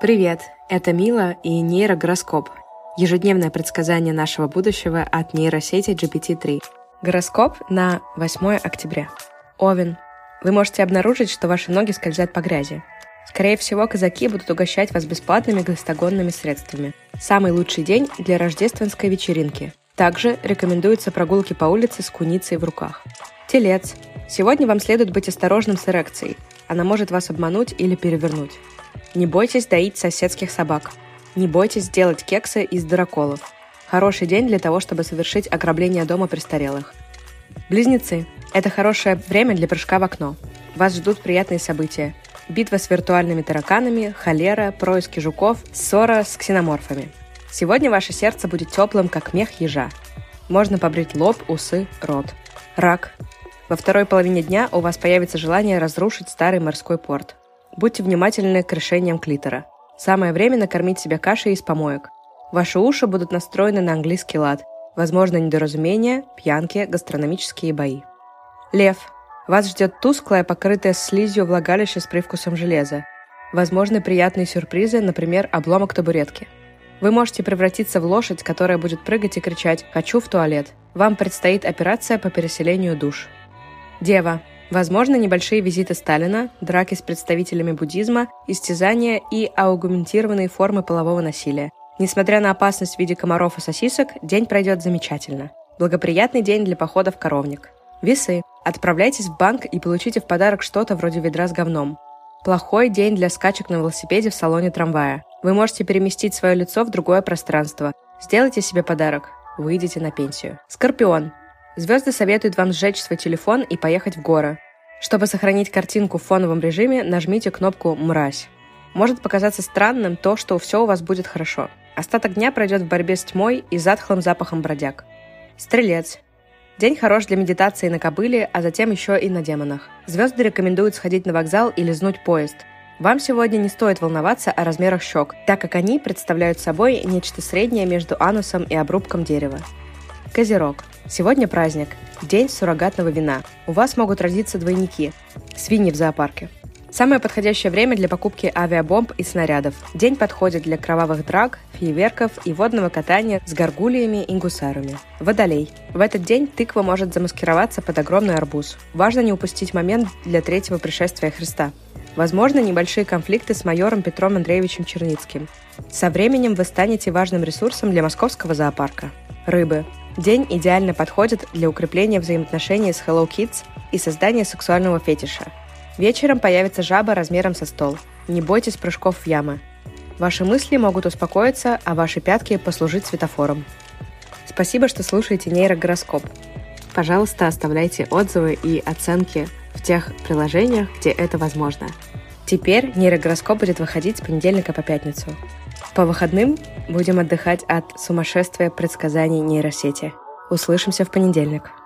Привет, это Мила и нейрогороскоп. Ежедневное предсказание нашего будущего от нейросети GPT-3. Гороскоп на 8 октября. Овен. Вы можете обнаружить, что ваши ноги скользят по грязи. Скорее всего, казаки будут угощать вас бесплатными гастогонными средствами. Самый лучший день для рождественской вечеринки. Также рекомендуются прогулки по улице с куницей в руках. Телец. Сегодня вам следует быть осторожным с эрекцией. Она может вас обмануть или перевернуть. Не бойтесь доить соседских собак. Не бойтесь делать кексы из дыроколов. Хороший день для того, чтобы совершить ограбление дома престарелых. Близнецы. Это хорошее время для прыжка в окно. Вас ждут приятные события. Битва с виртуальными тараканами, холера, происки жуков, ссора с ксеноморфами. Сегодня ваше сердце будет теплым, как мех ежа. Можно побрить лоб, усы, рот. Рак. Во второй половине дня у вас появится желание разрушить старый морской порт. Будьте внимательны к решениям клитора. Самое время накормить себя кашей из помоек. Ваши уши будут настроены на английский лад. Возможно недоразумения, пьянки, гастрономические бои. Лев. Вас ждет тусклое, покрытое слизью влагалище с привкусом железа. Возможны приятные сюрпризы, например, обломок табуретки. Вы можете превратиться в лошадь, которая будет прыгать и кричать «Хочу в туалет». Вам предстоит операция по переселению душ. Дева. Возможно, небольшие визиты Сталина, драки с представителями буддизма, истязания и аугментированные формы полового насилия. Несмотря на опасность в виде комаров и сосисок, день пройдет замечательно. Благоприятный день для похода в коровник. Весы. Отправляйтесь в банк и получите в подарок что-то вроде ведра с говном. Плохой день для скачек на велосипеде в салоне трамвая. Вы можете переместить свое лицо в другое пространство. Сделайте себе подарок. Выйдите на пенсию. Скорпион. Звезды советуют вам сжечь свой телефон и поехать в горы. Чтобы сохранить картинку в фоновом режиме, нажмите кнопку «Мразь». Может показаться странным то, что все у вас будет хорошо. Остаток дня пройдет в борьбе с тьмой и затхлым запахом бродяг. Стрелец. День хорош для медитации на кобыле, а затем еще и на демонах. Звезды рекомендуют сходить на вокзал и лизнуть поезд. Вам сегодня не стоит волноваться о размерах щек, так как они представляют собой нечто среднее между анусом и обрубком дерева. Козерог. Сегодня праздник. День суррогатного вина. У вас могут родиться двойники. Свиньи в зоопарке. Самое подходящее время для покупки авиабомб и снарядов. День подходит для кровавых драк, фейерверков и водного катания с горгульями и гусарами. Водолей. В этот день тыква может замаскироваться под огромный арбуз. Важно не упустить момент для третьего пришествия Христа. Возможно, небольшие конфликты с майором Петром Андреевичем Черницким. Со временем вы станете важным ресурсом для московского зоопарка. Рыбы. День идеально подходит для укрепления взаимоотношений с Hello Kids и создания сексуального фетиша. Вечером появится жаба размером со стол. Не бойтесь прыжков в ямы. Ваши мысли могут успокоиться, а ваши пятки послужить светофором. Спасибо, что слушаете нейрогороскоп. Пожалуйста, оставляйте отзывы и оценки в тех приложениях, где это возможно. Теперь нейрогороскоп будет выходить с понедельника по пятницу. По выходным будем отдыхать от сумасшествия предсказаний нейросети. Услышимся в понедельник.